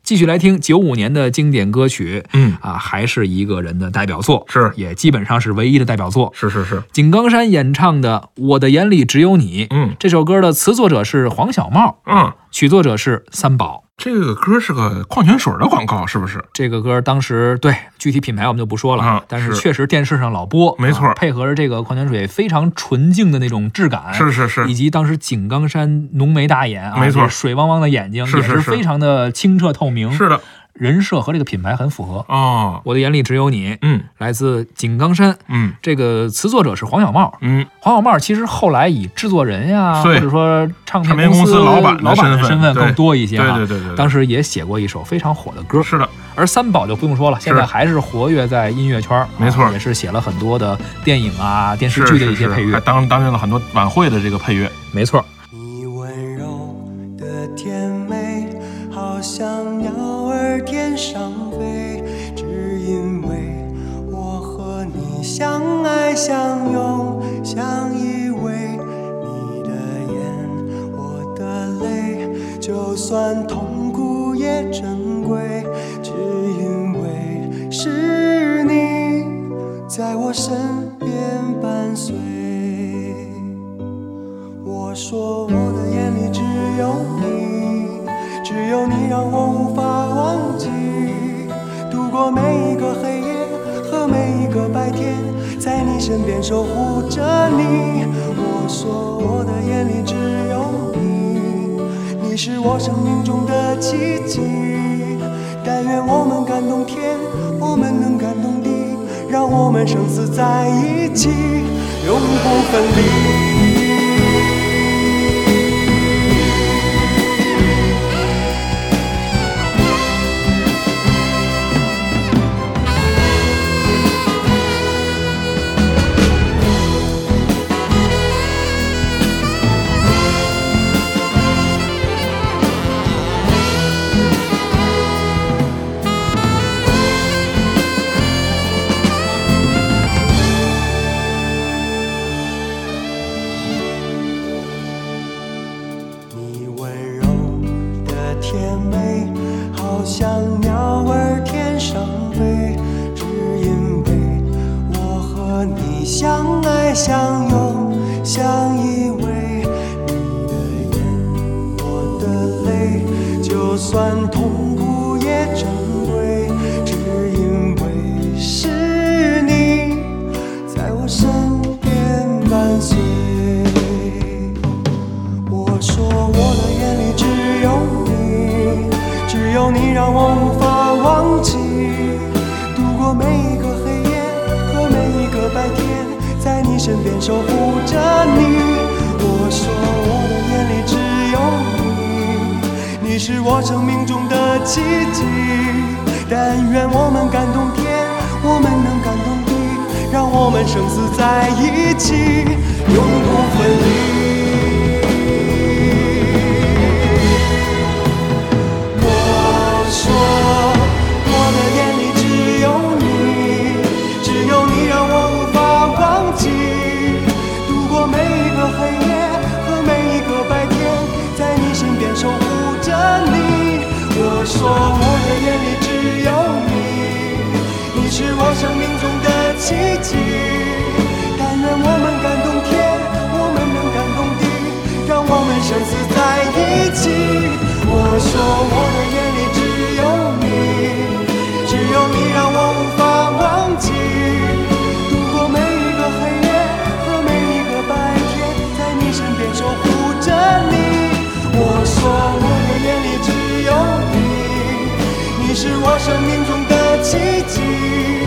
继续来听95年的经典歌曲，还是一个人的代表作， 是也基本上是唯一的代表作， 是井冈山演唱的《我的眼里只有你》。这首歌的词作者是黄小茂，曲作者是三宝。 这个歌是个矿泉水的广告，是不是？ 这个歌当时对具体品牌我们就不说了，但是确实电视上老播， 没错， 配合着这个矿泉水非常纯净的那种质感， 是， 以及当时井冈山浓眉大眼没错， 水汪汪的眼睛，也是非常的清澈透明， 是的。 人设和这个品牌很符合哦。 我的眼里只有你，来自井冈山，这个词作者是黄小茂，黄小茂其实后来以制作人呀，或者说唱片公司老板的身份更多一些， 对， 当时也写过一首非常火的歌， 是的。 而三宝就不用说了，现在还是活跃在音乐圈， 没错， 也是写了很多的电影啊、电视剧的一些配乐， 还担任了很多晚会的这个配乐， 没错。 你温柔的甜美，好像鸟儿天上飞，只因为我和你相爱相拥，相依偎。你的眼，我的泪，就算痛苦也珍贵，只因为是你在我身边伴随。我说我的眼里只有你，只有你让我无法忘记，度过每一个黑夜和每一个白天，在你身边守护着你。我说我的眼里只有你，你是我生命中的奇迹，但愿我们感动天，我们能感动地，让我们生死在一起，永不分离。甜美，好像鸟儿天上飞，只因为我和你相爱相拥，相依偎。你的眼，我的泪，就算痛苦也珍贵，只因为是你在我身边伴随。我说我的眼里只有你，只有你让我无法忘记，度过每一个黑夜和每一个白天，在你身边守护着你。我说我的眼里只有你，你是我生命中的奇迹，但愿我们感动天，我们能感动地，让我们生死在一起，永不分离。说我的眼里只有你，你是我生命中的奇迹，但愿我们感动天，我们能感动地，让我们生死在一起。我说我的眼里只有你，只有你让我无法忘记，度过每一个黑夜和每一个白天，在你身边守护着你。我说我的眼里只有你，你是我生命中的奇迹，